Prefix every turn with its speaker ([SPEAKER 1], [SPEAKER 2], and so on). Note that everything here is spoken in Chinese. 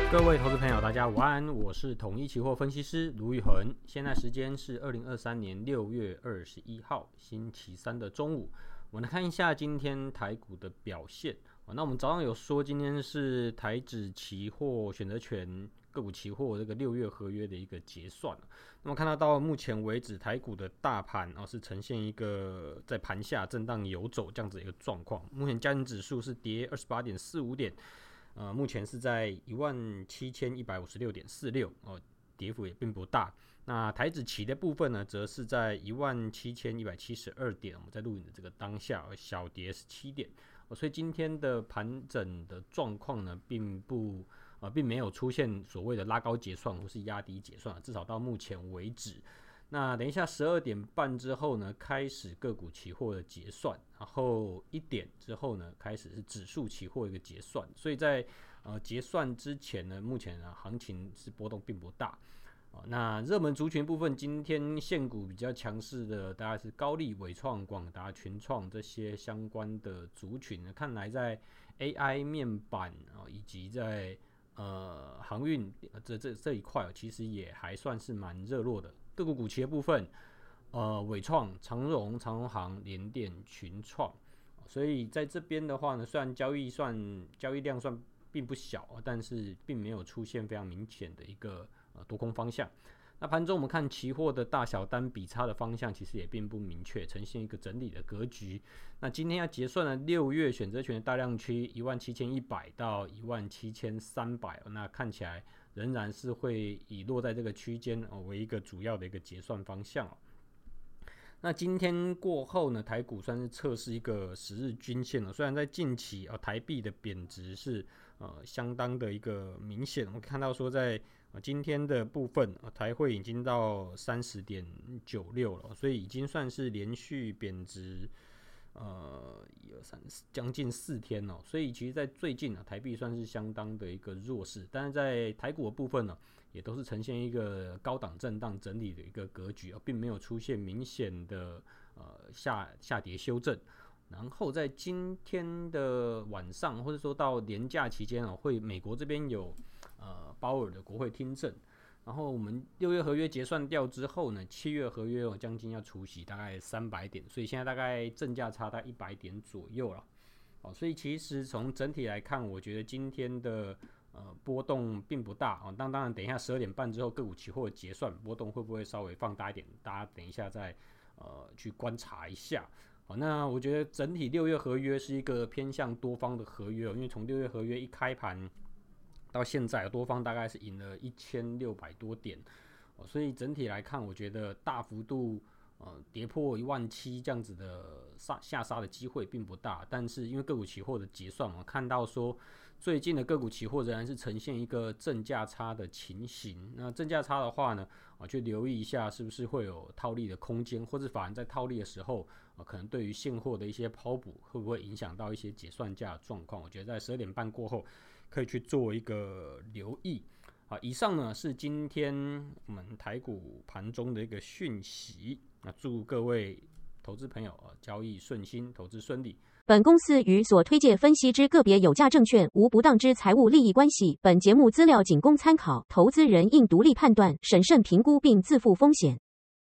[SPEAKER 1] 各位投资朋友，大家午安，我是统一期货分析师卢玉恒。现在时间是2023年6月21号星期三的中午。我们来看一下今天台股的表现。那我们早上有说今天是台指期货选择权个股期货这个6月合约的一个结算。那么看到目前为止台股的大盘是呈现一个在盘下震荡游走这样子的一个状况。目前加权指数是跌 28.45 点。目前是在17156.46，跌幅也并不大。那台指期的部分呢，则是在17172点，我们在录影的这个当下，小跌17点。所以今天的盘整的状况呢，并没有出现所谓的拉高结算或是压低结算，至少到目前为止。那等一下12点半之后呢，开始个股期货的结算，然后1点之后呢，开始是指数期货一个结算。所以在结算之前呢，目前行情是波动并不大。那热门族群部分，今天现股比较强势的大概是高力、伟创、广达、群创这些相关的族群呢，看来在 AI 面板以及在航运这一块其实也还算是蛮热络的。个股股期的部分，伟创、长荣航、联电、群创，所以在这边的话呢，虽然交易量算并不小，但是并没有出现非常明显的一个多空方向。那盘中我们看期货的大小单比差的方向，其实也并不明确，呈现一个整理的格局。那今天要结算的6月选择权的大量区17100到17300，那看起来仍然是会以落在这个区间为一个主要的一个结算方向。那今天过后呢，台股算是测试一个10日均线了。虽然在近期台币的贬值是相当的一个明显，我们看到说在今天的部分台汇已经到30.96了，所以已经算是连续贬值将近4天了。所以其实在最近台币算是相当的一个弱势，但是在台股的部分呢，也都是呈现一个高档震荡整理的一个格局，并没有出现明显的下跌修正。然后在今天的晚上，或者说到连假期间美国这边有鲍尔的国会听证，然后我们6月合约结算掉之后呢，7月合约将近要除息大概300点，所以现在大概正价差在100点左右了。所以其实从整体来看，我觉得今天的波动并不大。当然等一下12点半之后个股期货结算波动会不会稍微放大一点，大家等一下再去观察一下。那我觉得整体6月合约是一个偏向多方的合约，因为从6月合约一开盘到现在，多方大概是赢了1600多点，所以整体来看，我觉得大幅度跌破17000这样子的下杀的机会并不大。但是因为个股期货的结算，我看到说最近的个股期货仍然是呈现一个正价差的情形。那正价差的话呢，去留意一下是不是会有套利的空间，或者法人在套利的时候，可能对于现货的一些抛补会不会影响到一些结算价的状况。我觉得在12点半过后可以去做一个留意。以上呢是今天我们台股盘中的一个讯息。那祝各位投资朋友交易顺心，投资顺利。
[SPEAKER 2] 本公司与所推介分析之个别有价证券无不当之财务利益关系。本节目资料仅供参考，投资人应独立判断、审慎评估并自负风险。